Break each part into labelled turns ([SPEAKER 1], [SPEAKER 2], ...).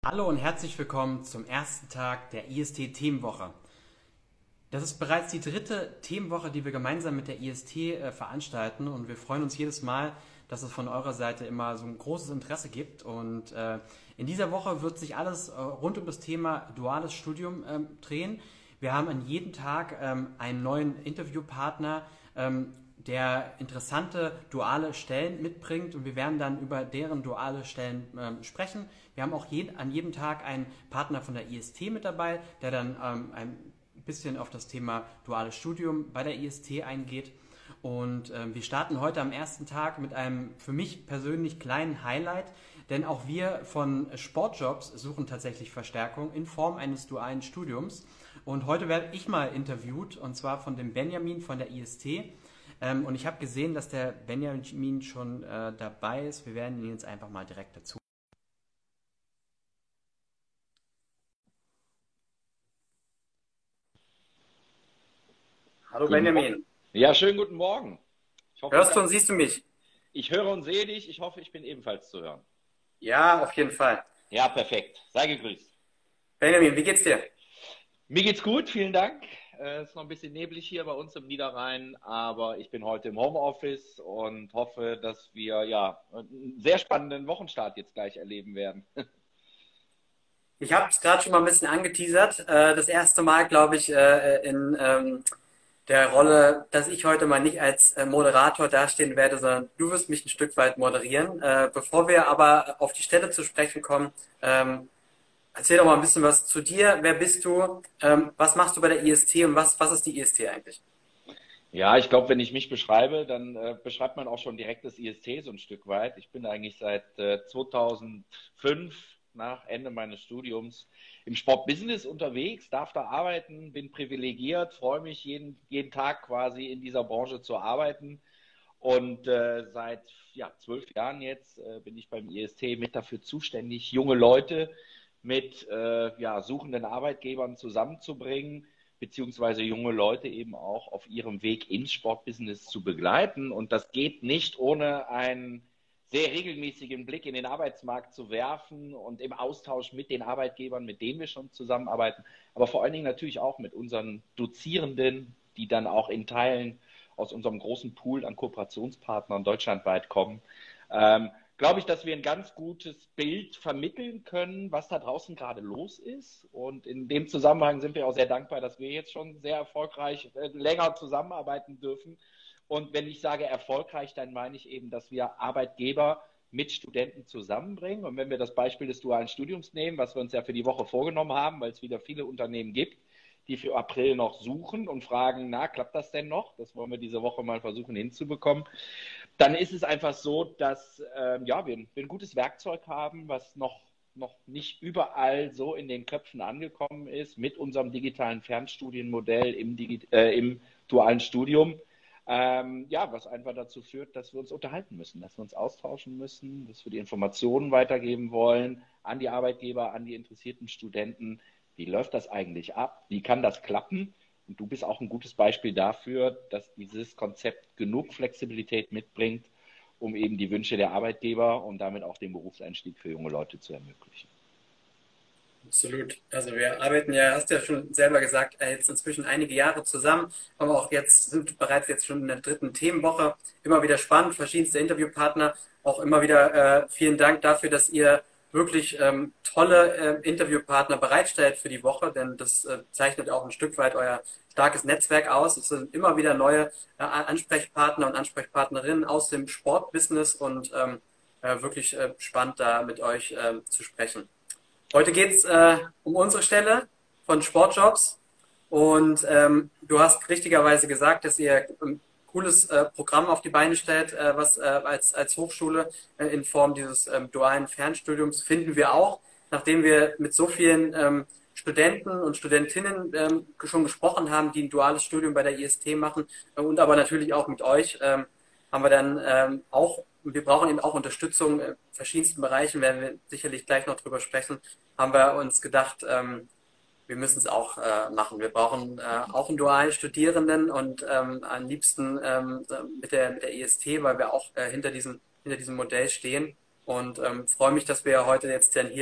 [SPEAKER 1] Hallo und herzlich willkommen zum ersten Tag der IST-Themenwoche. Das ist bereits die dritte Themenwoche, die wir gemeinsam mit der IST veranstalten, und wir freuen uns jedes Mal, dass es von eurer Seite immer so ein großes Interesse gibt. Und in dieser Woche wird sich alles rund um das Thema duales Studium drehen. Wir haben an jedem Tag einen neuen Interviewpartner, der interessante duale Stellen mitbringt, und wir werden dann über deren duale Stellen sprechen. Wir haben auch an jedem Tag einen Partner von der IST mit dabei, der dann ein bisschen auf das Thema duales Studium bei der IST eingeht. Und wir starten heute am ersten Tag mit einem für mich persönlich kleinen Highlight, denn auch wir von Sportjobs suchen tatsächlich Verstärkung in Form eines dualen Studiums. Und heute werde ich mal interviewt, und zwar von dem Benjamin von der IST. Und ich habe gesehen, dass der Benjamin schon dabei ist. Wir werden ihn jetzt einfach mal direkt dazu. Hallo
[SPEAKER 2] Guten
[SPEAKER 1] Benjamin.
[SPEAKER 2] Morgen. Ja, schönen guten Morgen. Ich hoffe,
[SPEAKER 1] Hörst du und siehst du mich?
[SPEAKER 2] ich höre und sehe dich. Ich hoffe, ich bin ebenfalls zu hören.
[SPEAKER 1] Ja, auf jeden Fall.
[SPEAKER 2] Ja, perfekt. Sei gegrüßt.
[SPEAKER 1] Benjamin, wie geht's dir?
[SPEAKER 2] Mir geht's gut, vielen Dank. Es ist noch ein bisschen neblig hier bei uns im Niederrhein, aber ich bin heute im Homeoffice und hoffe, dass wir einen sehr spannenden Wochenstart jetzt gleich erleben werden.
[SPEAKER 1] Ich habe es gerade schon mal ein bisschen angeteasert. Das erste Mal, glaube ich, in der Rolle, dass ich heute mal nicht als Moderator dastehen werde, sondern du wirst mich ein Stück weit moderieren. Bevor wir aber auf die Stelle zu sprechen kommen, erzähl doch mal ein bisschen was zu dir. Wer bist du? Was machst du bei der IST und was ist die IST eigentlich?
[SPEAKER 2] Ja, ich glaube, wenn ich mich beschreibe, dann beschreibt man auch schon direkt das IST so ein Stück weit. Ich bin eigentlich seit 2005 nach Ende meines Studiums im Sportbusiness unterwegs, darf da arbeiten, bin privilegiert, freue mich jeden Tag quasi in dieser Branche zu arbeiten. Und seit 12 Jahren jetzt bin ich beim IST mit dafür zuständig, junge Leute mit suchenden Arbeitgebern zusammenzubringen, beziehungsweise junge Leute eben auch auf ihrem Weg ins Sportbusiness zu begleiten. Und das geht nicht ohne einen sehr regelmäßigen Blick in den Arbeitsmarkt zu werfen und im Austausch mit den Arbeitgebern, mit denen wir schon zusammenarbeiten, aber vor allen Dingen natürlich auch mit unseren Dozierenden, die dann auch in Teilen aus unserem großen Pool an Kooperationspartnern deutschlandweit kommen. Glaube ich, dass wir ein ganz gutes Bild vermitteln können, was da draußen gerade los ist. Und in dem Zusammenhang sind wir auch sehr dankbar, dass wir jetzt schon sehr erfolgreich länger zusammenarbeiten dürfen. Und wenn ich sage erfolgreich, dann meine ich eben, dass wir Arbeitgeber mit Studenten zusammenbringen. Und wenn wir das Beispiel des dualen Studiums nehmen, was wir uns ja für die Woche vorgenommen haben, weil es wieder viele Unternehmen gibt, die für April noch suchen und fragen, na, klappt das denn noch? Das wollen wir diese Woche mal versuchen hinzubekommen. Dann ist es einfach so, dass wir ein gutes Werkzeug haben, was noch nicht überall so in den Köpfen angekommen ist, mit unserem digitalen Fernstudienmodell im dualen Studium. Was einfach dazu führt, dass wir uns unterhalten müssen, dass wir uns austauschen müssen, dass wir die Informationen weitergeben wollen an die Arbeitgeber, an die interessierten Studenten. Wie läuft das eigentlich ab? Wie kann das klappen? Und du bist auch ein gutes Beispiel dafür, dass dieses Konzept genug Flexibilität mitbringt, um eben die Wünsche der Arbeitgeber und damit auch den Berufseinstieg für junge Leute zu ermöglichen.
[SPEAKER 1] Absolut. Also wir arbeiten ja, hast ja schon selber gesagt, jetzt inzwischen einige Jahre zusammen, aber auch sind bereits jetzt schon in der dritten Themenwoche. Immer wieder spannend, verschiedenste Interviewpartner. Auch immer wieder vielen Dank dafür, dass ihr wirklich tolle Interviewpartner bereitstellt für die Woche, denn das zeichnet auch ein Stück weit euer starkes Netzwerk aus. Es sind immer wieder neue Ansprechpartner und Ansprechpartnerinnen aus dem Sportbusiness und wirklich spannend, da mit euch zu sprechen. Heute geht es um unsere Stelle von Sportjobs, und du hast richtigerweise gesagt, dass ihr ein cooles Programm auf die Beine stellt, was als Hochschule in Form dieses dualen Fernstudiums finden wir auch, nachdem wir mit so vielen Studenten und Studentinnen schon gesprochen haben, die ein duales Studium bei der IST machen, und aber natürlich auch mit euch, haben wir dann wir brauchen eben auch Unterstützung in verschiedensten Bereichen, werden wir sicherlich gleich noch drüber sprechen, haben wir uns gedacht, wir müssen es auch machen. Wir brauchen auch einen dualen Studierenden, und am liebsten mit der IST, weil wir auch hinter diesem Modell stehen, und freue mich, dass wir heute jetzt dann hier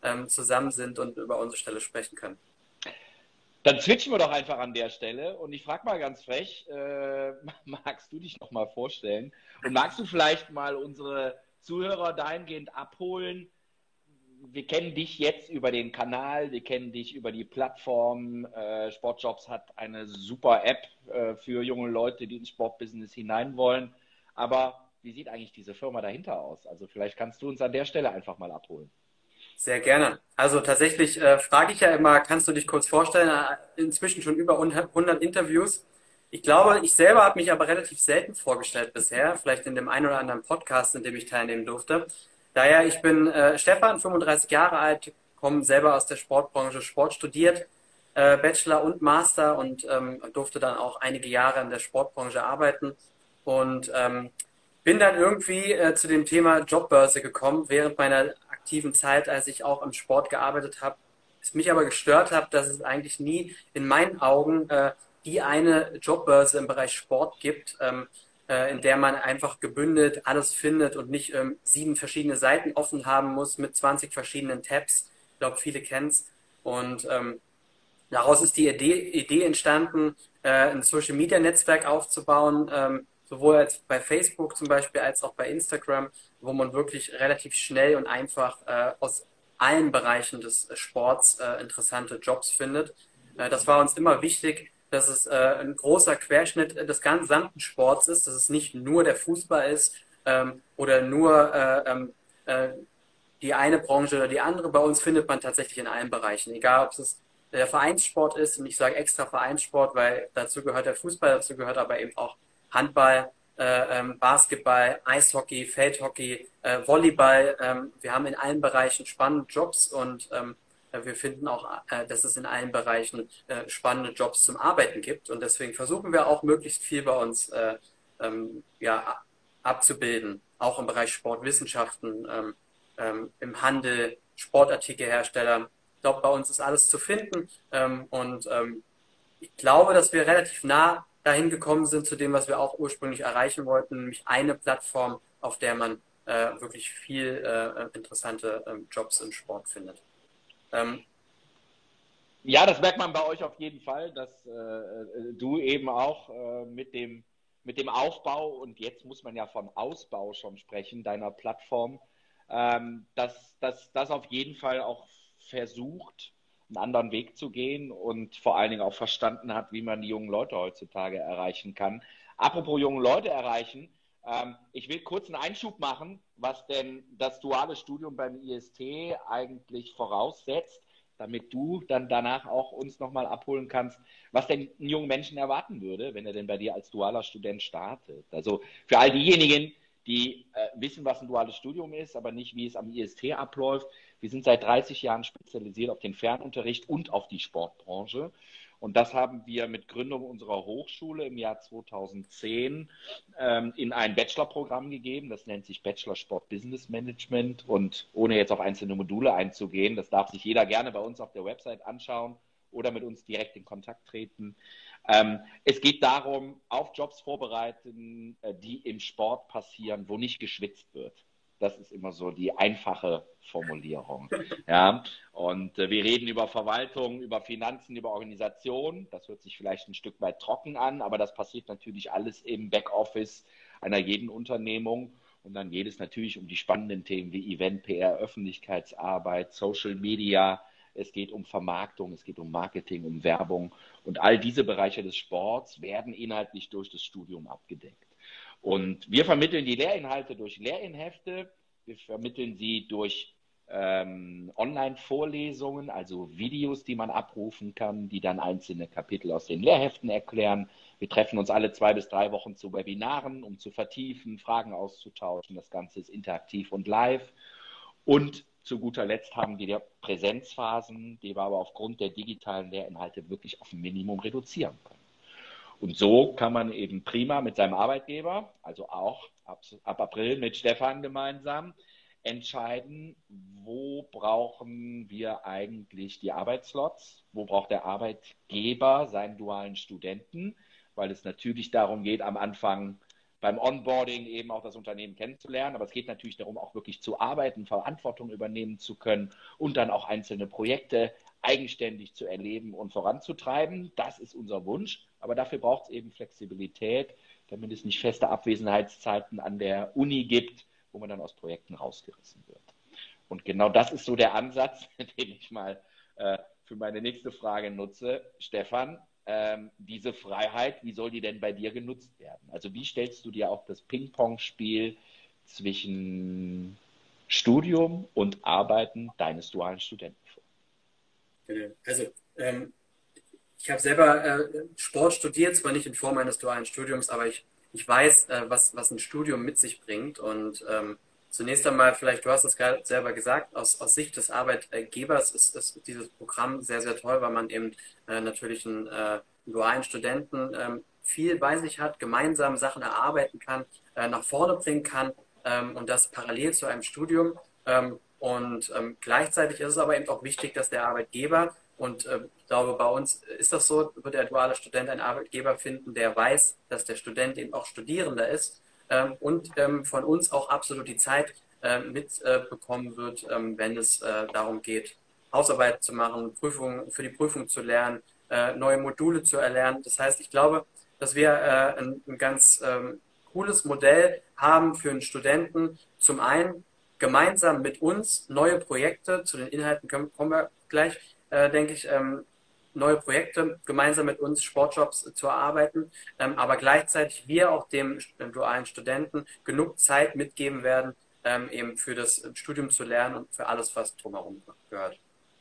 [SPEAKER 1] zusammen sind und über unsere Stelle sprechen können.
[SPEAKER 2] Dann switchen wir doch einfach an der Stelle und ich frage mal ganz frech, magst du dich noch mal vorstellen und magst du vielleicht mal unsere Zuhörer dahingehend abholen? Wir kennen dich jetzt über den Kanal, wir kennen dich über die Plattform. Sportjobs hat eine super App für junge Leute, die ins Sportbusiness hinein wollen. Aber wie sieht eigentlich diese Firma dahinter aus? Also vielleicht kannst du uns an der Stelle einfach mal abholen.
[SPEAKER 1] Sehr gerne. Also tatsächlich frage ich ja immer, kannst du dich kurz vorstellen? Inzwischen schon über 100 Interviews. Ich glaube, ich selber habe mich aber relativ selten vorgestellt bisher, vielleicht in dem einen oder anderen Podcast, in dem ich teilnehmen durfte. Daher, ich bin Stefan, 35 Jahre alt, komme selber aus der Sportbranche, Sport studiert, Bachelor und Master und durfte dann auch einige Jahre in der Sportbranche arbeiten und bin dann irgendwie zu dem Thema Jobbörse gekommen während meiner aktiven Zeit, als ich auch im Sport gearbeitet habe. Es mich aber gestört hat, dass es eigentlich nie in meinen Augen die eine Jobbörse im Bereich Sport gibt, in der man einfach gebündelt alles findet und nicht 7 verschiedene Seiten offen haben muss mit 20 verschiedenen Tabs. Ich glaube, viele kennen es. Und daraus ist die Idee entstanden, ein Social-Media-Netzwerk aufzubauen, sowohl als bei Facebook zum Beispiel als auch bei Instagram, wo man wirklich relativ schnell und einfach aus allen Bereichen des Sports interessante Jobs findet. Das war uns immer wichtig, dass es ein großer Querschnitt des gesamten Sports ist, dass es nicht nur der Fußball ist oder nur die eine Branche oder die andere. Bei uns findet man tatsächlich in allen Bereichen, egal ob es der Vereinssport ist, und ich sage extra Vereinssport, weil dazu gehört der Fußball, dazu gehört aber eben auch Handball, Basketball, Eishockey, Feldhockey, Volleyball. Wir haben in allen Bereichen spannende Jobs und wir finden auch, dass es in allen Bereichen spannende Jobs zum Arbeiten gibt. Und deswegen versuchen wir auch möglichst viel bei uns ja, abzubilden, auch im Bereich Sportwissenschaften, im Handel, Sportartikelhersteller. Ich glaube, bei uns ist alles zu finden und ich glaube, dass wir relativ nah dahin gekommen sind zu dem, was wir auch ursprünglich erreichen wollten, nämlich eine Plattform, auf der man wirklich viel interessante Jobs im Sport findet.
[SPEAKER 2] Ja, das merkt man bei euch auf jeden Fall, dass du eben auch mit dem Aufbau und jetzt muss man ja von Ausbau schon sprechen, deiner Plattform, dass das auf jeden Fall auch versucht, einen anderen Weg zu gehen und vor allen Dingen auch verstanden hat, wie man die jungen Leute heutzutage erreichen kann. Apropos junge Leute erreichen, ich will kurz einen Einschub machen, was denn das duale Studium beim IST eigentlich voraussetzt, damit du dann danach auch uns nochmal abholen kannst, was denn einen jungen Menschen erwarten würde, wenn er denn bei dir als dualer Student startet. Also für all diejenigen, die wissen, was ein duales Studium ist, aber nicht, wie es am IST abläuft. Wir sind seit 30 Jahren spezialisiert auf den Fernunterricht und auf die Sportbranche. Und das haben wir mit Gründung unserer Hochschule im Jahr 2010 in ein Bachelorprogramm gegeben. Das nennt sich Bachelor Sport Business Management. Und ohne jetzt auf einzelne Module einzugehen, das darf sich jeder gerne bei uns auf der Website anschauen oder mit uns direkt in Kontakt treten. Es geht darum, auf Jobs vorbereiten, die im Sport passieren, wo nicht geschwitzt wird. Das ist immer so die einfache Formulierung. Ja, und wir reden über Verwaltung, über Finanzen, über Organisation. Das hört sich vielleicht ein Stück weit trocken an, aber das passiert natürlich alles im Backoffice einer jeden Unternehmung. Und dann geht es natürlich um die spannenden Themen wie Event, PR, Öffentlichkeitsarbeit, Social Media. Es geht um Vermarktung, es geht um Marketing, um Werbung. Und all diese Bereiche des Sports werden inhaltlich durch das Studium abgedeckt. Und wir vermitteln die Lehrinhalte durch Lehrinhefte, wir vermitteln sie durch Online-Vorlesungen, also Videos, die man abrufen kann, die dann einzelne Kapitel aus den Lehrheften erklären. Wir treffen uns alle 2 bis 3 Wochen zu Webinaren, um zu vertiefen, Fragen auszutauschen. Das Ganze ist interaktiv und live. Und zu guter Letzt haben wir Präsenzphasen, die wir aber aufgrund der digitalen Lehrinhalte wirklich auf ein Minimum reduzieren können. Und so kann man eben prima mit seinem Arbeitgeber, also auch ab April mit Stefan gemeinsam, entscheiden, wo brauchen wir eigentlich die Arbeitsslots, wo braucht der Arbeitgeber seinen dualen Studenten, weil es natürlich darum geht, am Anfang beim Onboarding eben auch das Unternehmen kennenzulernen. Aber es geht natürlich darum, auch wirklich zu arbeiten, Verantwortung übernehmen zu können und dann auch einzelne Projekte eigenständig zu erleben und voranzutreiben. Das ist unser Wunsch. Aber dafür braucht es eben Flexibilität, damit es nicht feste Abwesenheitszeiten an der Uni gibt, wo man dann aus Projekten rausgerissen wird. Und genau das ist so der Ansatz, den ich mal für meine nächste Frage nutze. Stefan, diese Freiheit, wie soll die denn bei dir genutzt werden? Also wie stellst du dir auch das Ping-Pong-Spiel zwischen Studium und Arbeiten deines dualen Studenten vor?
[SPEAKER 1] Also ich habe selber Sport studiert, zwar nicht in Form eines dualen Studiums, aber ich weiß, was ein Studium mit sich bringt. Und zunächst einmal, vielleicht, du hast es gerade selber gesagt, aus Sicht des Arbeitgebers ist dieses Programm sehr, sehr toll, weil man eben natürlich einen dualen Studenten viel bei sich hat, gemeinsam Sachen erarbeiten kann, nach vorne bringen kann und das parallel zu einem Studium. Gleichzeitig ist es aber eben auch wichtig, dass der Arbeitgeber, und ich glaube, bei uns ist das so, wird der duale Student einen Arbeitgeber finden, der weiß, dass der Student eben auch Studierender ist und von uns auch absolut die Zeit mitbekommen wird, wenn es darum geht, Hausarbeit zu machen, für die Prüfung zu lernen, neue Module zu erlernen. Das heißt, ich glaube, dass wir ein ganz cooles Modell haben für einen Studenten. Zum einen gemeinsam mit uns neue Projekte, zu den Inhalten kommen wir gleich, denke ich, neue Projekte gemeinsam mit uns, Sportjobs zu erarbeiten, aber gleichzeitig wir auch dem dualen Studenten genug Zeit mitgeben werden, eben für das Studium zu lernen und für alles, was drumherum gehört.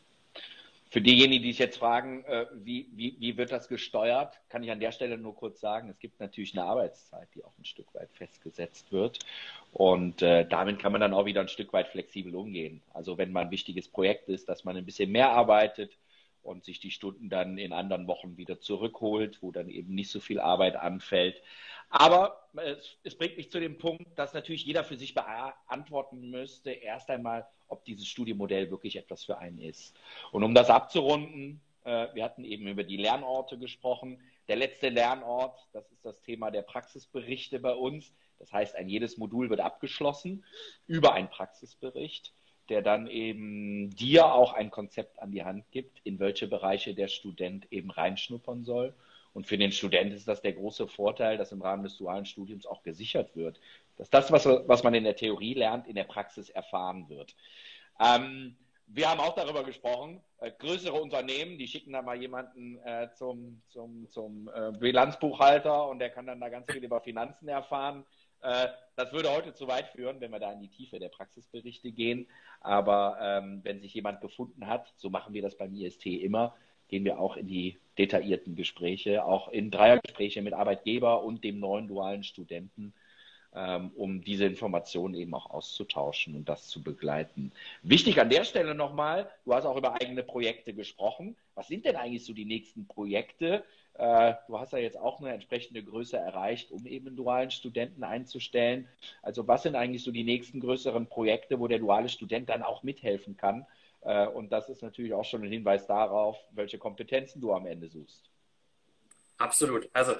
[SPEAKER 2] Für diejenigen, die sich jetzt fragen, wie wird das gesteuert, kann ich an der Stelle nur kurz sagen, es gibt natürlich eine Arbeitszeit, die auch ein Stück weit festgesetzt wird. Und damit kann man dann auch wieder ein Stück weit flexibel umgehen. Also wenn mal ein wichtiges Projekt ist, dass man ein bisschen mehr arbeitet und sich die Stunden dann in anderen Wochen wieder zurückholt, wo dann eben nicht so viel Arbeit anfällt. Aber es bringt mich zu dem Punkt, dass natürlich jeder für sich beantworten müsste, erst einmal, ob dieses Studienmodell wirklich etwas für einen ist. Und um das abzurunden, wir hatten eben über die Lernorte gesprochen. Der letzte Lernort, das ist das Thema der Praxisberichte bei uns. Das heißt, jedes Modul wird abgeschlossen über einen Praxisbericht, der dann eben dir auch ein Konzept an die Hand gibt, in welche Bereiche der Student eben reinschnuppern soll. Und für den Student ist das der große Vorteil, dass im Rahmen des dualen Studiums auch gesichert wird, dass das, was man in der Theorie lernt, in der Praxis erfahren wird. Wir haben auch darüber gesprochen, größere Unternehmen, die schicken da mal jemanden zum Bilanzbuchhalter und der kann dann da ganz viel über Finanzen erfahren. Das würde heute zu weit führen, wenn wir da in die Tiefe der Praxisberichte gehen. Aber wenn sich jemand gefunden hat, so machen wir das beim IST immer, gehen wir auch in die detaillierten Gespräche, auch in Dreiergespräche mit Arbeitgeber und dem neuen dualen Studenten, um diese Informationen eben auch auszutauschen und das zu begleiten. Wichtig an der Stelle nochmal, du hast auch über eigene Projekte gesprochen. Was sind denn eigentlich so die nächsten Projekte? Du hast ja jetzt auch eine entsprechende Größe erreicht, um eben einen dualen Studenten einzustellen. Also was sind eigentlich so die nächsten größeren Projekte, wo der duale Student dann auch mithelfen kann? Und das ist natürlich auch schon ein Hinweis darauf, welche Kompetenzen du am Ende suchst.
[SPEAKER 1] Absolut. Also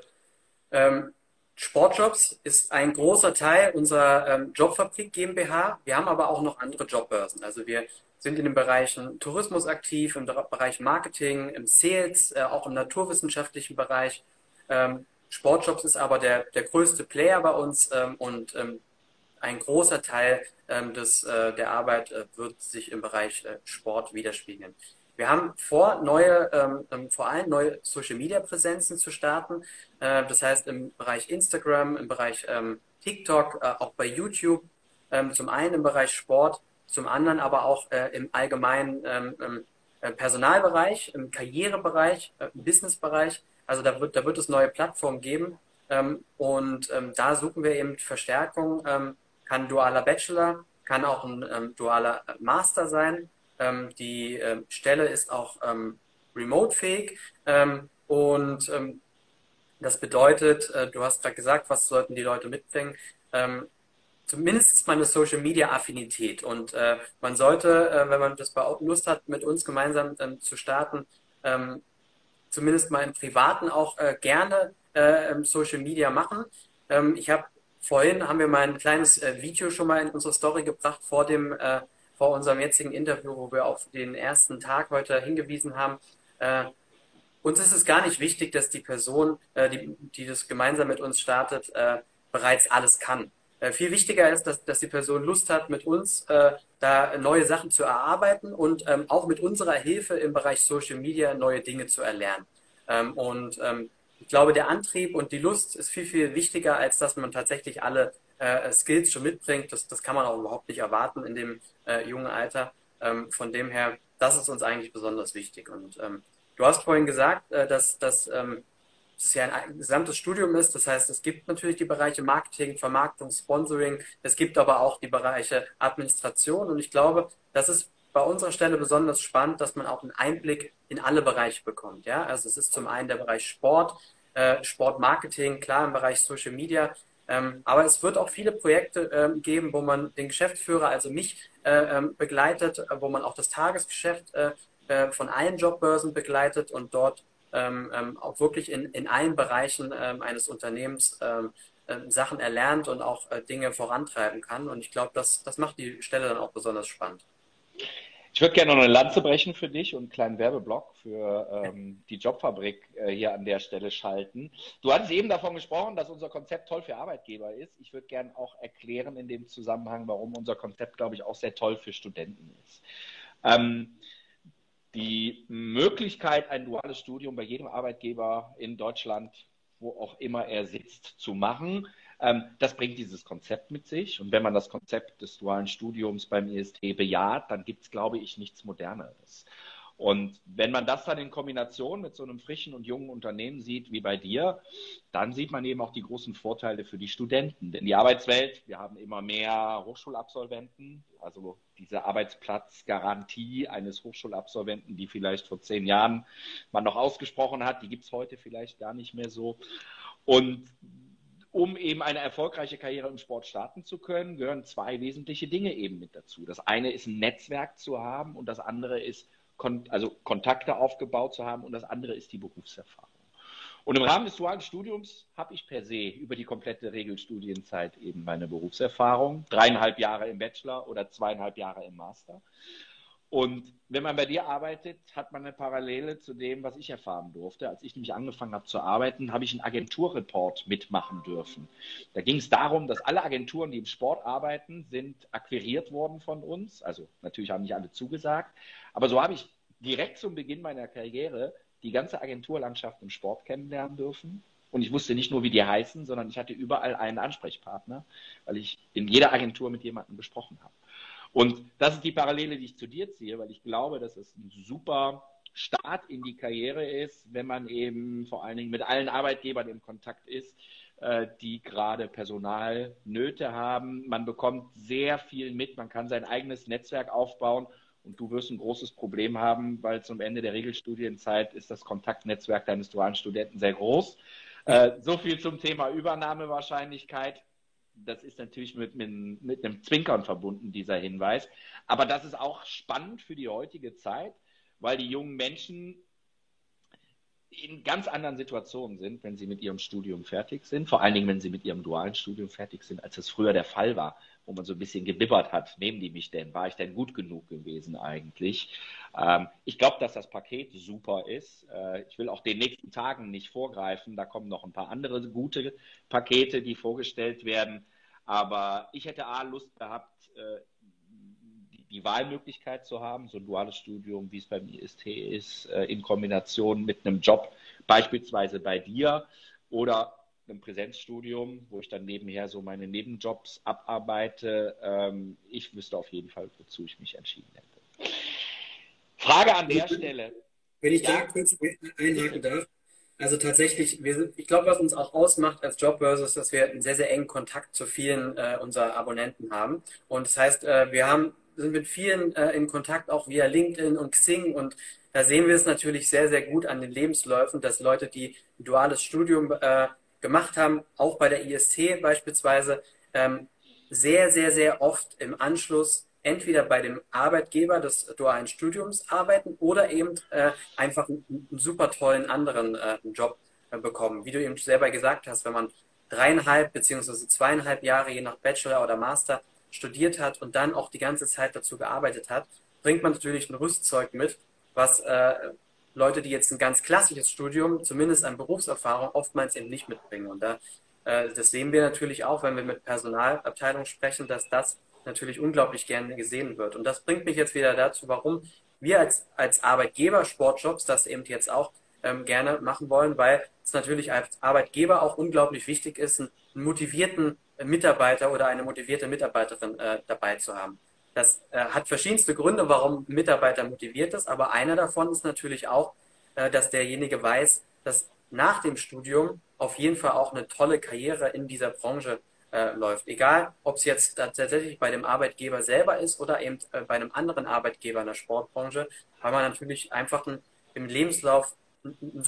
[SPEAKER 1] Sportjobs ist ein großer Teil unserer Jobfabrik GmbH. Wir haben aber auch noch andere Jobbörsen. Also wir sind in den Bereichen Tourismus aktiv, im Bereich Marketing, im Sales, auch im naturwissenschaftlichen Bereich. Sportjobs ist aber der größte Player bei uns und ein großer Teil der Arbeit wird sich im Bereich Sport widerspiegeln. Wir haben vor allem neue Social-Media-Präsenzen zu starten. Das heißt im Bereich Instagram, im Bereich TikTok, auch bei YouTube. Zum einen im Bereich Sport, zum anderen aber auch im allgemeinen Personalbereich, im Karrierebereich, im Businessbereich. Also da wird es neue Plattformen geben. Da suchen wir eben Verstärkung. Kann ein dualer Bachelor, kann auch ein dualer Master sein. Die Stelle ist auch remote-fähig das bedeutet, du hast gerade gesagt, was sollten die Leute mitbringen? Zumindest mal eine Social-Media-Affinität und man sollte, wenn man das Lust hat, mit uns gemeinsam zu starten, zumindest mal im Privaten auch gerne Social Media machen. Ich habe vorhin haben wir mal ein kleines Video schon mal in unsere Story gebracht vor unserem jetzigen Interview, wo wir auf den ersten Tag heute hingewiesen haben. Äh, Uns ist es gar nicht wichtig, dass die Person, die das gemeinsam mit uns startet, bereits alles kann. Viel wichtiger ist, dass die Person Lust hat, mit uns da neue Sachen zu erarbeiten und auch mit unserer Hilfe im Bereich Social Media neue Dinge zu erlernen. Ich glaube, der Antrieb und die Lust ist viel, viel wichtiger, als dass man tatsächlich alle Skills schon mitbringt. Das kann man auch überhaupt nicht erwarten in dem jungen Alter. Von dem her, das ist uns eigentlich besonders wichtig. Und du hast vorhin gesagt, dass es ja ein gesamtes Studium ist. Das heißt, es gibt natürlich die Bereiche Marketing, Vermarktung, Sponsoring. Es gibt aber auch die Bereiche Administration. Und ich glaube, das ist bei unserer Stelle besonders spannend, dass man auch einen Einblick in alle Bereiche bekommt. Ja? Also es ist zum einen der Bereich Sport, Sportmarketing, klar im Bereich Social Media. Aber es wird auch viele Projekte geben, wo man den Geschäftsführer, also mich, begleitet, wo man auch das Tagesgeschäft von allen Jobbörsen begleitet und dort auch wirklich in allen Bereichen eines Unternehmens Sachen erlernt und auch Dinge vorantreiben kann. Und ich glaube, das macht die Stelle dann auch besonders spannend.
[SPEAKER 2] Ich würde gerne noch eine Lanze brechen für dich und einen kleinen Werbeblock für die Jobfabrik hier an der Stelle schalten. Du hattest eben davon gesprochen, dass unser Konzept toll für Arbeitgeber ist. Ich würde gerne auch erklären in dem Zusammenhang, warum unser Konzept, glaube ich, auch sehr toll für Studenten ist. Die Möglichkeit, ein duales Studium bei jedem Arbeitgeber in Deutschland, wo auch immer er sitzt, zu machen, das bringt dieses Konzept mit sich. Und wenn man das Konzept des dualen Studiums beim IST bejaht, dann gibt es, glaube ich, nichts Moderneres. Und wenn man das dann in Kombination mit so einem frischen und jungen Unternehmen sieht wie bei dir, dann sieht man eben auch die großen Vorteile für die Studenten. Denn die Arbeitswelt, wir haben immer mehr Hochschulabsolventen, also diese Arbeitsplatzgarantie eines Hochschulabsolventen, die vielleicht vor 10 Jahren man noch ausgesprochen hat, die gibt es heute vielleicht gar nicht mehr so. Und um eben eine erfolgreiche Karriere im Sport starten zu können, gehören 2 wesentliche Dinge eben mit dazu. Das eine ist ein Netzwerk zu haben und das andere ist Kontakte aufgebaut zu haben und das andere ist die Berufserfahrung. Und im Rahmen des dualen Studiums habe ich per se über die komplette Regelstudienzeit eben meine Berufserfahrung, 3,5 Jahre im Bachelor oder 2,5 Jahre im Master. Und wenn man bei dir arbeitet, hat man eine Parallele zu dem, was ich erfahren durfte. Als ich nämlich angefangen habe zu arbeiten, habe ich einen Agenturreport mitmachen dürfen. Da ging es darum, dass alle Agenturen, die im Sport arbeiten, sind akquiriert worden von uns. Also natürlich haben nicht alle zugesagt. Aber so habe ich direkt zum Beginn meiner Karriere die ganze Agenturlandschaft im Sport kennenlernen dürfen. Und ich wusste nicht nur, wie die heißen, sondern ich hatte überall einen Ansprechpartner, weil ich in jeder Agentur mit jemandem gesprochen habe. Und das ist die Parallele, die ich zu dir ziehe, weil ich glaube, dass es ein super Start in die Karriere ist, wenn man eben vor allen Dingen mit allen Arbeitgebern im Kontakt ist, die gerade Personalnöte haben. Man bekommt sehr viel mit, man kann sein eigenes Netzwerk aufbauen und du wirst ein großes Problem haben, weil zum Ende der Regelstudienzeit ist das Kontaktnetzwerk deines dualen Studenten sehr groß. So viel zum Thema Übernahmewahrscheinlichkeit. Das ist natürlich mit einem Zwinkern verbunden, dieser Hinweis. Aber das ist auch spannend für die heutige Zeit, weil die jungen Menschen in ganz anderen Situationen sind, wenn sie mit ihrem Studium fertig sind. Vor allen Dingen, wenn sie mit ihrem dualen Studium fertig sind, als es früher der Fall war, wo man so ein bisschen gebibbert hat. Nehmen die mich denn? War ich denn gut genug gewesen eigentlich? Ich glaube, dass das Paket super ist. Ich will auch den nächsten Tagen nicht vorgreifen. Da kommen noch ein paar andere gute Pakete, die vorgestellt werden. Aber ich hätte Lust gehabt, die Wahlmöglichkeit zu haben, so ein duales Studium, wie es beim IST ist, in Kombination mit einem Job, beispielsweise bei dir oder einem Präsenzstudium, wo ich dann nebenher so meine Nebenjobs abarbeite. Ich wüsste auf jeden Fall, wozu ich mich entschieden hätte. Frage an der Stelle.
[SPEAKER 1] Wenn ich da kurz einhaken darf. Also tatsächlich, ich glaube, was uns auch ausmacht als Jobbörse, ist, dass wir einen sehr, sehr engen Kontakt zu vielen unserer Abonnenten haben. Und das heißt, sind mit vielen in Kontakt, auch via LinkedIn und Xing. Und da sehen wir es natürlich sehr, sehr gut an den Lebensläufen, dass Leute, die ein duales Studium gemacht haben, auch bei der IST beispielsweise, sehr, sehr, sehr oft im Anschluss entweder bei dem Arbeitgeber des dualen Studiums arbeiten oder eben einfach einen super tollen anderen Job bekommen. Wie du eben selber gesagt hast, wenn man 3,5 beziehungsweise 2,5 Jahre, je nach Bachelor oder Master, studiert hat und dann auch die ganze Zeit dazu gearbeitet hat, bringt man natürlich ein Rüstzeug mit, was Leute, die jetzt ein ganz klassisches Studium, zumindest an Berufserfahrung, oftmals eben nicht mitbringen. Und das sehen wir natürlich auch, wenn wir mit Personalabteilungen sprechen, dass das natürlich unglaublich gerne gesehen wird. Und das bringt mich jetzt wieder dazu, warum wir als Arbeitgeber Sportjobs das eben jetzt auch gerne machen wollen, weil es natürlich als Arbeitgeber auch unglaublich wichtig ist, einen motivierten Mitarbeiter oder eine motivierte Mitarbeiterin dabei zu haben. Das hat verschiedenste Gründe, warum ein Mitarbeiter motiviert ist, aber einer davon ist natürlich auch, dass derjenige weiß, dass nach dem Studium auf jeden Fall auch eine tolle Karriere in dieser Branche läuft. Egal, ob es jetzt tatsächlich bei dem Arbeitgeber selber ist oder eben bei einem anderen Arbeitgeber in der Sportbranche, weil man natürlich einfach im Lebenslauf ein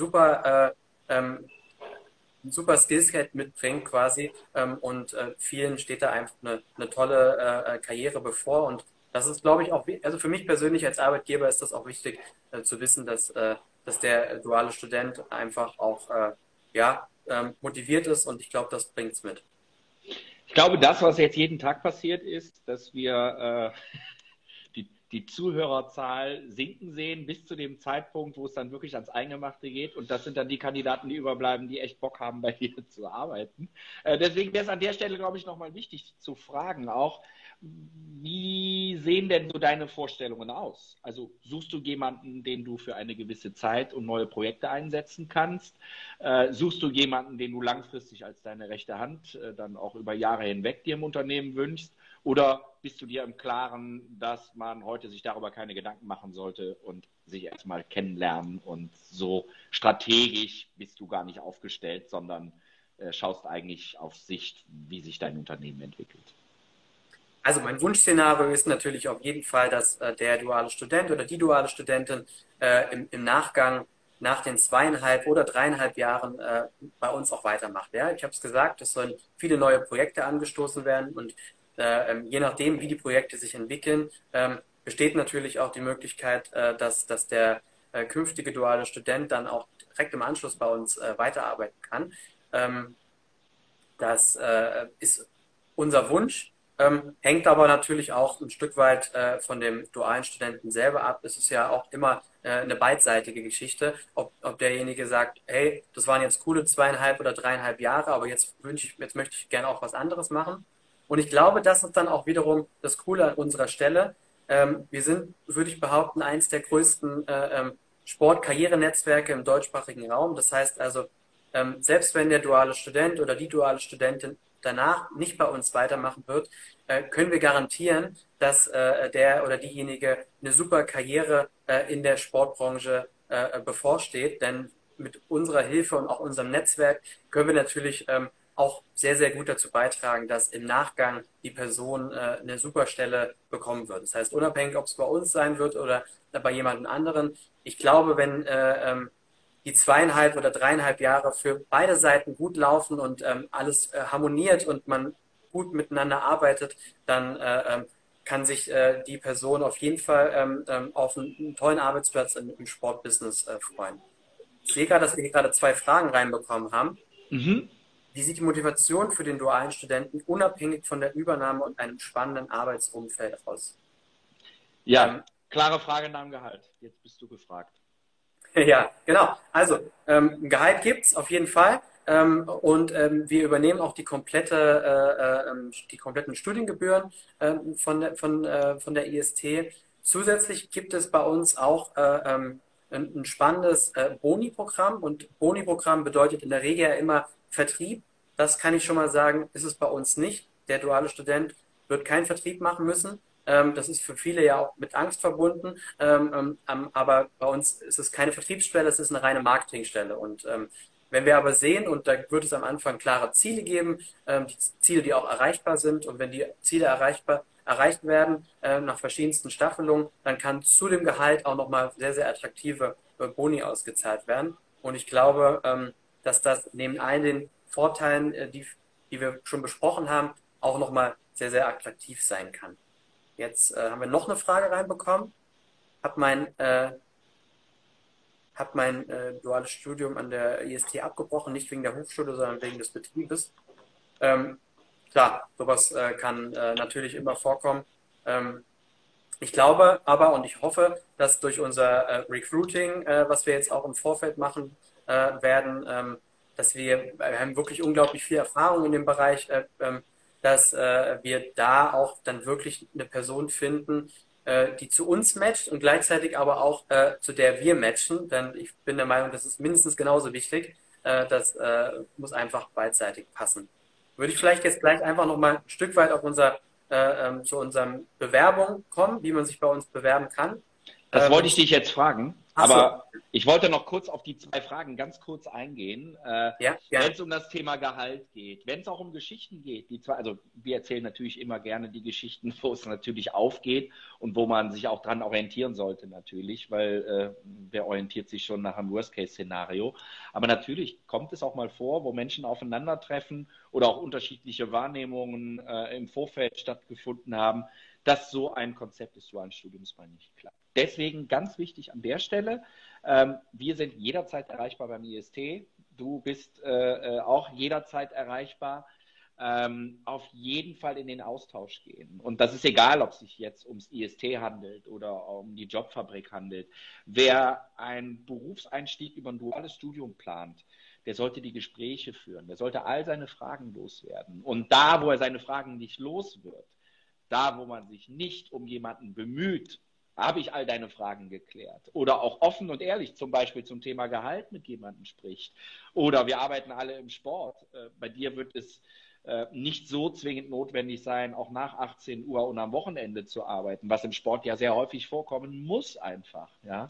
[SPEAKER 1] super Skillset mitbringt quasi und vielen steht da einfach eine tolle Karriere bevor und das ist, glaube ich, auch, also für mich persönlich als Arbeitgeber ist das auch wichtig zu wissen, dass der duale Student einfach auch ja, motiviert ist und ich glaube, das bringt's mit.
[SPEAKER 2] Ich glaube, das, was jetzt jeden Tag passiert, ist, dass wir die Zuhörerzahl sinken sehen bis zu dem Zeitpunkt, wo es dann wirklich ans Eingemachte geht. Und das sind dann die Kandidaten, die überbleiben, die echt Bock haben, bei dir zu arbeiten. Deswegen wäre es an der Stelle, glaube ich, nochmal wichtig zu fragen auch, wie sehen denn so deine Vorstellungen aus? Also suchst du jemanden, den du für eine gewisse Zeit und neue Projekte einsetzen kannst? Suchst du jemanden, den du langfristig als deine rechte Hand dann auch über Jahre hinweg dir im Unternehmen wünschst? Oder bist du dir im Klaren, dass man heute sich darüber keine Gedanken machen sollte und sich erstmal kennenlernen und so strategisch bist du gar nicht aufgestellt, sondern schaust eigentlich auf Sicht, wie sich dein Unternehmen entwickelt?
[SPEAKER 1] Also mein Wunschszenario ist natürlich auf jeden Fall, dass der duale Student oder die duale Studentin im Nachgang nach den 2,5 oder 3,5 Jahren bei uns auch weitermacht. Ja? Ich habe es gesagt, es sollen viele neue Projekte angestoßen werden und je nachdem, wie die Projekte sich entwickeln, besteht natürlich auch die Möglichkeit, dass der künftige duale Student dann auch direkt im Anschluss bei uns weiterarbeiten kann. Das ist unser Wunsch. Hängt aber natürlich auch ein Stück weit von dem dualen Studenten selber ab. Es ist ja auch immer eine beidseitige Geschichte, ob derjenige sagt, hey, das waren jetzt coole 2,5 oder 3,5 Jahre, aber jetzt möchte ich gerne auch was anderes machen. Und ich glaube, das ist dann auch wiederum das Coole an unserer Stelle. Wir sind, würde ich behaupten, eins der größten Sportkarrierenetzwerke im deutschsprachigen Raum. Das heißt also, selbst wenn der duale Student oder die duale Studentin danach nicht bei uns weitermachen wird, können wir garantieren, dass der oder diejenige eine super Karriere in der Sportbranche bevorsteht. Denn mit unserer Hilfe und auch unserem Netzwerk können wir natürlich auch sehr, sehr gut dazu beitragen, dass im Nachgang die Person eine super Stelle bekommen wird. Das heißt, unabhängig, ob es bei uns sein wird oder bei jemandem anderen, ich glaube, wenn die 2,5 oder 3,5 Jahre für beide Seiten gut laufen und alles harmoniert und man gut miteinander arbeitet, dann kann sich die Person auf jeden Fall auf einen tollen Arbeitsplatz im Sportbusiness freuen. Ich sehe gerade, dass wir hier gerade 2 Fragen reinbekommen haben.
[SPEAKER 2] Mhm.
[SPEAKER 1] Wie sieht die Motivation für den dualen Studenten unabhängig von der Übernahme und einem spannenden Arbeitsumfeld aus?
[SPEAKER 2] Ja, klare Frage nach dem Gehalt. Jetzt bist du gefragt.
[SPEAKER 1] Ja, genau. Also, ein Gehalt gibt's auf jeden Fall. Und wir übernehmen auch die kompletten Studiengebühren von der IST. Zusätzlich gibt es bei uns auch ein spannendes Boni-Programm. Und Boni-Programm bedeutet in der Regel ja immer Vertrieb. Das kann ich schon mal sagen, ist es bei uns nicht. Der duale Student wird keinen Vertrieb machen müssen. Das ist für viele ja auch mit Angst verbunden. Aber bei uns ist es keine Vertriebsstelle, es ist eine reine Marketingstelle. Und wenn wir aber sehen, und da wird es am Anfang klare Ziele geben, die Ziele, die auch erreichbar sind, und wenn die Ziele erreicht werden nach verschiedensten Staffelungen, dann kann zu dem Gehalt auch nochmal sehr, sehr attraktive Boni ausgezahlt werden. Und ich glaube, dass das neben all den Vorteilen, die wir schon besprochen haben, auch nochmal sehr, sehr attraktiv sein kann. Jetzt haben wir noch eine Frage reinbekommen. Hab mein duales Studium an der IST abgebrochen, nicht wegen der Hochschule, sondern wegen des Betriebes. Klar, sowas kann natürlich immer vorkommen. Ich glaube aber und ich hoffe, dass durch unser Recruiting, was wir jetzt auch im Vorfeld machen werden, dass wir haben wirklich unglaublich viel Erfahrung in dem Bereich, dass wir da auch dann wirklich eine Person finden, die zu uns matcht und gleichzeitig aber auch zu der wir matchen. Denn ich bin der Meinung, das ist mindestens genauso wichtig. Das muss einfach beidseitig passen. Würde ich vielleicht jetzt gleich einfach noch mal ein Stück weit auf zu unserem Bewerbung kommen, wie man sich bei uns bewerben kann.
[SPEAKER 2] Das wollte ich dich jetzt fragen,
[SPEAKER 1] Ach so.
[SPEAKER 2] aber ich wollte noch kurz auf die 2 Fragen ganz kurz eingehen.
[SPEAKER 1] Ja,
[SPEAKER 2] Wenn es um das Thema Gehalt geht, wenn es auch um Geschichten geht, also wir erzählen natürlich immer gerne die Geschichten, wo es natürlich aufgeht und wo man sich auch dran orientieren sollte natürlich, weil wer orientiert sich schon nach einem Worst-Case-Szenario. Aber natürlich kommt es auch mal vor, wo Menschen aufeinandertreffen oder auch unterschiedliche Wahrnehmungen im Vorfeld stattgefunden haben, dass so ein Konzept des dualen Studiums mal nicht klappt. Deswegen ganz wichtig an der Stelle, wir sind jederzeit erreichbar beim IST. Du bist auch jederzeit erreichbar. Auf jeden Fall in den Austausch gehen. Und das ist egal, ob es sich jetzt ums IST handelt oder um die Jobfabrik handelt. Wer einen Berufseinstieg über ein duales Studium plant, der sollte die Gespräche führen. Der sollte all seine Fragen loswerden. Und da, wo er seine Fragen nicht los wird, da, wo man sich nicht um jemanden bemüht, habe ich all deine Fragen geklärt. Oder auch offen und ehrlich zum Beispiel zum Thema Gehalt mit jemandem spricht. Oder wir arbeiten alle im Sport. Bei dir wird es nicht so zwingend notwendig sein, auch nach 18 Uhr und am Wochenende zu arbeiten, was im Sport ja sehr häufig vorkommen muss einfach. Ja?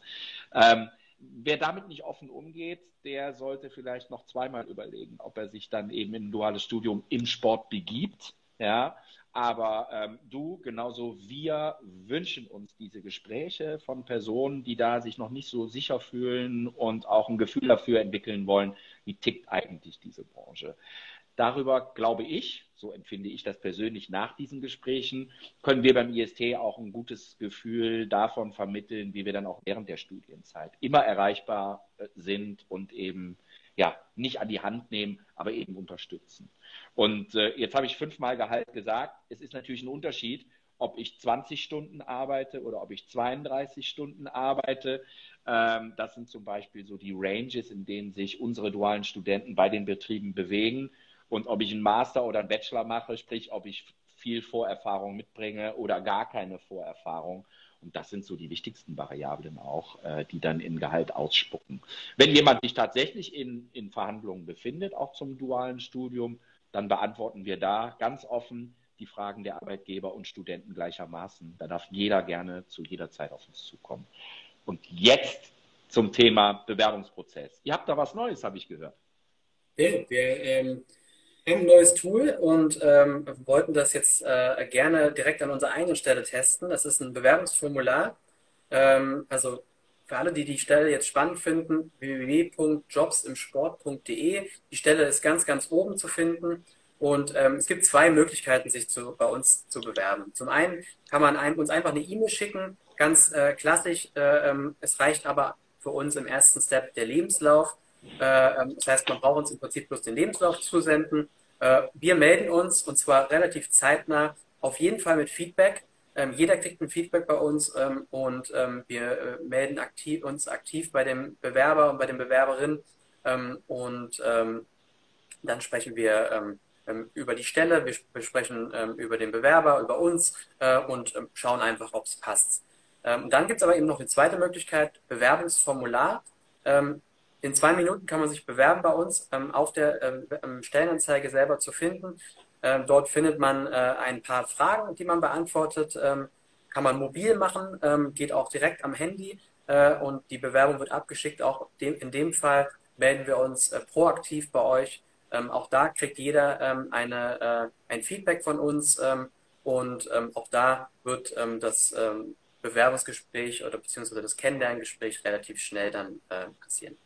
[SPEAKER 2] Wer damit nicht offen umgeht, der sollte vielleicht noch zweimal überlegen, ob er sich dann eben in ein duales Studium im Sport begibt. Ja, aber du, genauso wir, wünschen uns diese Gespräche von Personen, die da sich noch nicht so sicher fühlen und auch ein Gefühl dafür entwickeln wollen, wie tickt eigentlich diese Branche. Darüber glaube ich, so empfinde ich das persönlich nach diesen Gesprächen, können wir beim IST auch ein gutes Gefühl davon vermitteln, wie wir dann auch während der Studienzeit immer erreichbar sind und eben ja, nicht an die Hand nehmen, aber eben unterstützen. Und jetzt habe ich 5-mal Gehalt gesagt. Es ist natürlich ein Unterschied, ob ich 20 Stunden arbeite oder ob ich 32 Stunden arbeite. Das sind zum Beispiel so die Ranges, in denen sich unsere dualen Studenten bei den Betrieben bewegen. Und ob ich einen Master oder einen Bachelor mache, sprich, ob ich viel Vorerfahrung mitbringe oder gar keine Vorerfahrung. Und das sind so die wichtigsten Variablen auch, die dann in Gehalt ausspucken. Wenn jemand sich tatsächlich in Verhandlungen befindet, auch zum dualen Studium, dann beantworten wir da ganz offen die Fragen der Arbeitgeber und Studenten gleichermaßen. Da darf jeder gerne zu jeder Zeit auf uns zukommen. Und jetzt zum Thema Bewerbungsprozess. Ihr habt da was Neues, habe ich gehört.
[SPEAKER 1] wir haben ein neues Tool und wollten das jetzt gerne direkt an unserer eigenen Stelle testen. Das ist ein Bewerbungsformular. Also für alle, die die Stelle jetzt spannend finden, www.jobsimsport.de. Die Stelle ist ganz, ganz oben zu finden. Und es gibt 2 Möglichkeiten, sich bei uns zu bewerben. Zum einen kann man uns einfach eine E-Mail schicken, ganz klassisch. Es reicht aber für uns im ersten Step der Lebenslauf. Das heißt, man braucht uns im Prinzip bloß den Lebenslauf zusenden. Wir melden uns und zwar relativ zeitnah, auf jeden Fall mit Feedback. Jeder kriegt ein Feedback bei uns und wir melden uns aktiv bei dem Bewerber und bei den Bewerberinnen und dann sprechen wir über die Stelle, wir sprechen über den Bewerber, über uns und schauen einfach, ob es passt. Dann gibt es aber eben noch eine zweite Möglichkeit, Bewerbungsformular. In 2 Minuten kann man sich bewerben bei uns auf der Stellenanzeige selber zu finden. Dort findet man ein paar Fragen, die man beantwortet. Kann man mobil machen, geht auch direkt am Handy und die Bewerbung wird abgeschickt. Auch in dem Fall melden wir uns proaktiv bei euch. Auch da kriegt jeder ein Feedback von uns und auch da wird das Bewerbungsgespräch oder beziehungsweise das Kennenlerngespräch relativ schnell dann passieren.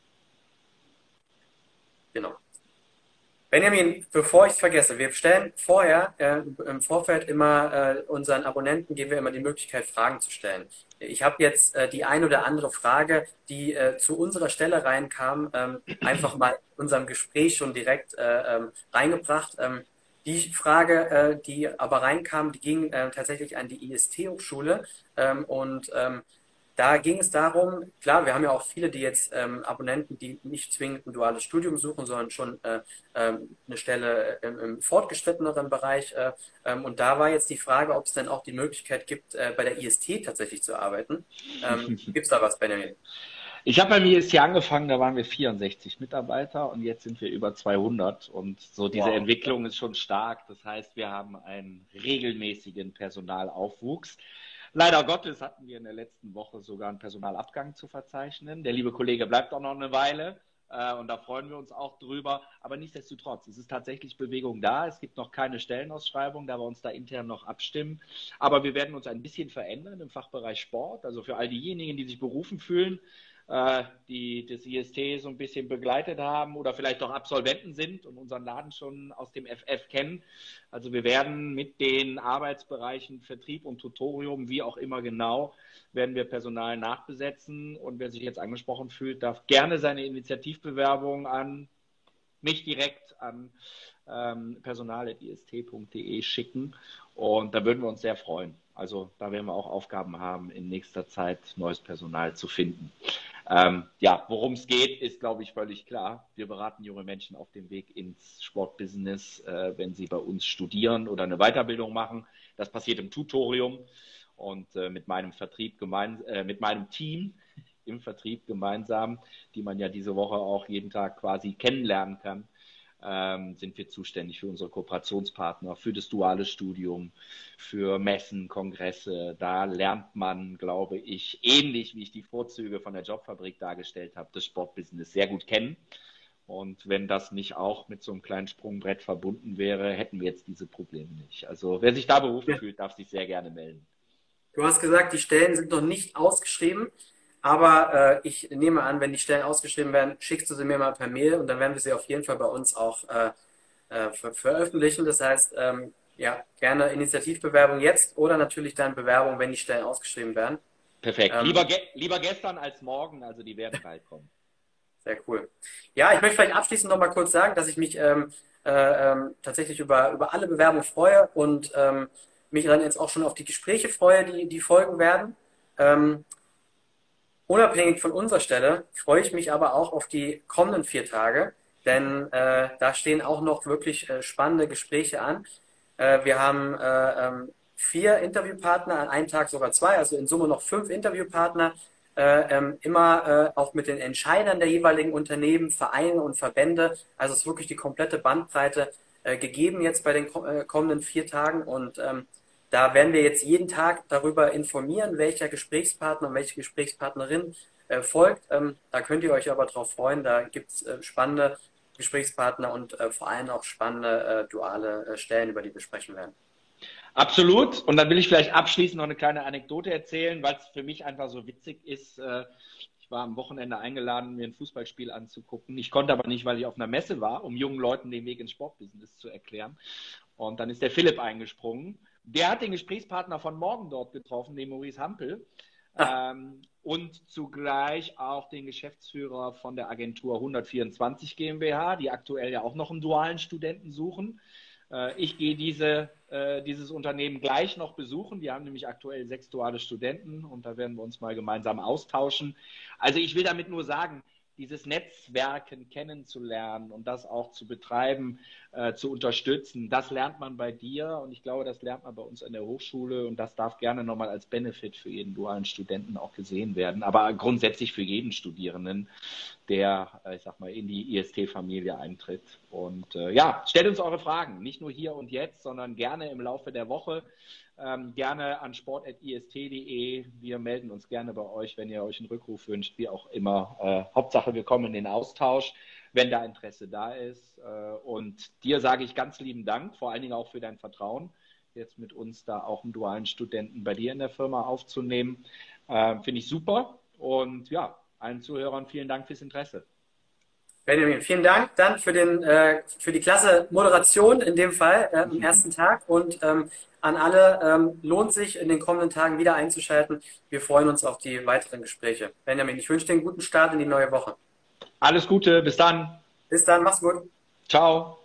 [SPEAKER 1] Genau. Benjamin, bevor ich es vergesse, wir stellen vorher im Vorfeld immer unseren Abonnenten, geben wir immer die Möglichkeit, Fragen zu stellen. Ich habe jetzt die ein oder andere Frage, die zu unserer Stelle reinkam, einfach mal in unserem Gespräch schon direkt reingebracht. Die Frage, die aber reinkam, die ging tatsächlich an die IST-Hochschule und da ging es darum, klar, wir haben ja auch viele, die jetzt Abonnenten, die nicht zwingend ein duales Studium suchen, sondern schon eine Stelle im fortgeschritteneren Bereich. Und da war jetzt die Frage, ob es dann auch die Möglichkeit gibt, bei der IST tatsächlich zu arbeiten. Gibt es da was, Benjamin?
[SPEAKER 2] Ich habe bei mir jetzt hier angefangen, da waren wir 64 Mitarbeiter und jetzt sind wir über 200 und so diese
[SPEAKER 1] Wow.
[SPEAKER 2] Entwicklung ist schon stark. Das heißt, wir haben einen regelmäßigen Personalaufwuchs. Leider Gottes hatten wir in der letzten Woche sogar einen Personalabgang zu verzeichnen. Der liebe Kollege bleibt auch noch eine Weile und da freuen wir uns auch drüber. Aber nichtsdestotrotz, es ist tatsächlich Bewegung da. Es gibt noch keine Stellenausschreibung, da wir uns da intern noch abstimmen. Aber wir werden uns ein bisschen verändern im Fachbereich Sport. Also für all diejenigen, die sich berufen fühlen, die das IST so ein bisschen begleitet haben oder vielleicht auch Absolventen sind und unseren Laden schon aus dem FF kennen. Also wir werden mit den Arbeitsbereichen Vertrieb und Tutorium, wie auch immer genau, werden wir Personal nachbesetzen. Und wer sich jetzt angesprochen fühlt, darf gerne seine Initiativbewerbung an mich direkt an personal.ist.de schicken. Und da würden wir uns sehr freuen. Also da werden wir auch Aufgaben haben, in nächster Zeit neues Personal zu finden. Ja, worum es geht, ist, glaube ich, völlig klar. Wir beraten junge Menschen auf dem Weg ins Sportbusiness, wenn sie bei uns studieren oder eine Weiterbildung machen. Das passiert im Tutorium und mit meinem mit meinem Team im Vertrieb gemeinsam, die man ja diese Woche auch jeden Tag quasi kennenlernen kann, sind wir zuständig für unsere Kooperationspartner, für das duale Studium, für Messen, Kongresse. Da lernt man, glaube ich, ähnlich wie ich die Vorzüge von der Jobfabrik dargestellt habe, das Sportbusiness sehr gut kennen. Und wenn das nicht auch mit so einem kleinen Sprungbrett verbunden wäre, hätten wir jetzt diese Probleme nicht. Also wer sich da berufen fühlt, darf sich sehr gerne melden.
[SPEAKER 1] Du hast gesagt, die Stellen sind noch nicht ausgeschrieben, aber ich nehme an, wenn die Stellen ausgeschrieben werden, schickst du sie mir mal per Mail und dann werden wir sie auf jeden Fall bei uns auch veröffentlichen. Das heißt, ja, gerne Initiativbewerbung jetzt oder natürlich dann Bewerbung, wenn die Stellen ausgeschrieben werden.
[SPEAKER 2] Perfekt.
[SPEAKER 1] Ähm,
[SPEAKER 2] Lieber gestern als morgen, also die werden bald kommen.
[SPEAKER 1] Sehr cool. Ja, ich möchte vielleicht abschließend noch mal kurz sagen, dass ich mich tatsächlich über alle Bewerbungen freue und mich dann jetzt auch schon auf die Gespräche freue, die folgen werden. Ähm, Unabhängig von unserer Stelle freue ich mich aber auch auf die kommenden 4 Tage, denn da stehen auch noch wirklich spannende Gespräche an. Wir haben 4 Interviewpartner, an einem Tag sogar 2, also in Summe noch 5 Interviewpartner, immer auch mit den Entscheidern der jeweiligen Unternehmen, Vereine und Verbände. Also es ist wirklich die komplette Bandbreite gegeben jetzt bei den kommenden 4 Tagen und da werden wir jetzt jeden Tag darüber informieren, welcher Gesprächspartner und welche Gesprächspartnerin folgt. Da könnt ihr euch aber drauf freuen. Da gibt es spannende Gesprächspartner und vor allem auch spannende duale Stellen, über die wir sprechen werden.
[SPEAKER 2] Absolut. Und dann will ich vielleicht abschließend noch eine kleine Anekdote erzählen, weil es für mich einfach so witzig ist. Ich war am Wochenende eingeladen, mir ein Fußballspiel anzugucken. Ich konnte aber nicht, weil ich auf einer Messe war, um jungen Leuten den Weg ins Sportbusiness zu erklären. Und dann ist der Philipp eingesprungen. Der hat den Gesprächspartner von morgen dort getroffen, den Maurice Hampel.
[SPEAKER 1] Ah,
[SPEAKER 2] Und zugleich auch den Geschäftsführer von der Agentur 124 GmbH, die aktuell ja auch noch einen dualen Studenten suchen. Ich gehe dieses Unternehmen gleich noch besuchen. Die haben nämlich aktuell 6 duale Studenten und da werden wir uns mal gemeinsam austauschen. Also ich will damit nur sagen, dieses Netzwerken kennenzulernen und das auch zu betreiben, zu unterstützen, das lernt man bei dir und ich glaube, das lernt man bei uns an der Hochschule und das darf gerne nochmal als Benefit für jeden dualen Studenten auch gesehen werden, aber grundsätzlich für jeden Studierenden, der, ich sag mal, in die IST-Familie eintritt. Und ja, stellt uns eure Fragen, nicht nur hier und jetzt, sondern gerne im Laufe der Woche. Gerne an sport.ist.de. Wir melden uns gerne bei euch, wenn ihr euch einen Rückruf wünscht, wie auch immer. Hauptsache, wir kommen in den Austausch, wenn da Interesse da ist. Und dir sage ich ganz lieben Dank, vor allen Dingen auch für dein Vertrauen, jetzt mit uns da auch einen dualen Studenten bei dir in der Firma aufzunehmen. Finde ich super. Und ja, allen Zuhörern vielen Dank fürs Interesse.
[SPEAKER 1] Benjamin, vielen Dank dann für die klasse Moderation in dem Fall am ersten Tag und an alle lohnt sich in den kommenden Tagen wieder einzuschalten. Wir freuen uns auf die weiteren Gespräche. Benjamin, ich wünsche dir einen guten Start in die neue Woche.
[SPEAKER 2] Alles Gute, bis dann.
[SPEAKER 1] Bis dann, mach's gut.
[SPEAKER 2] Ciao.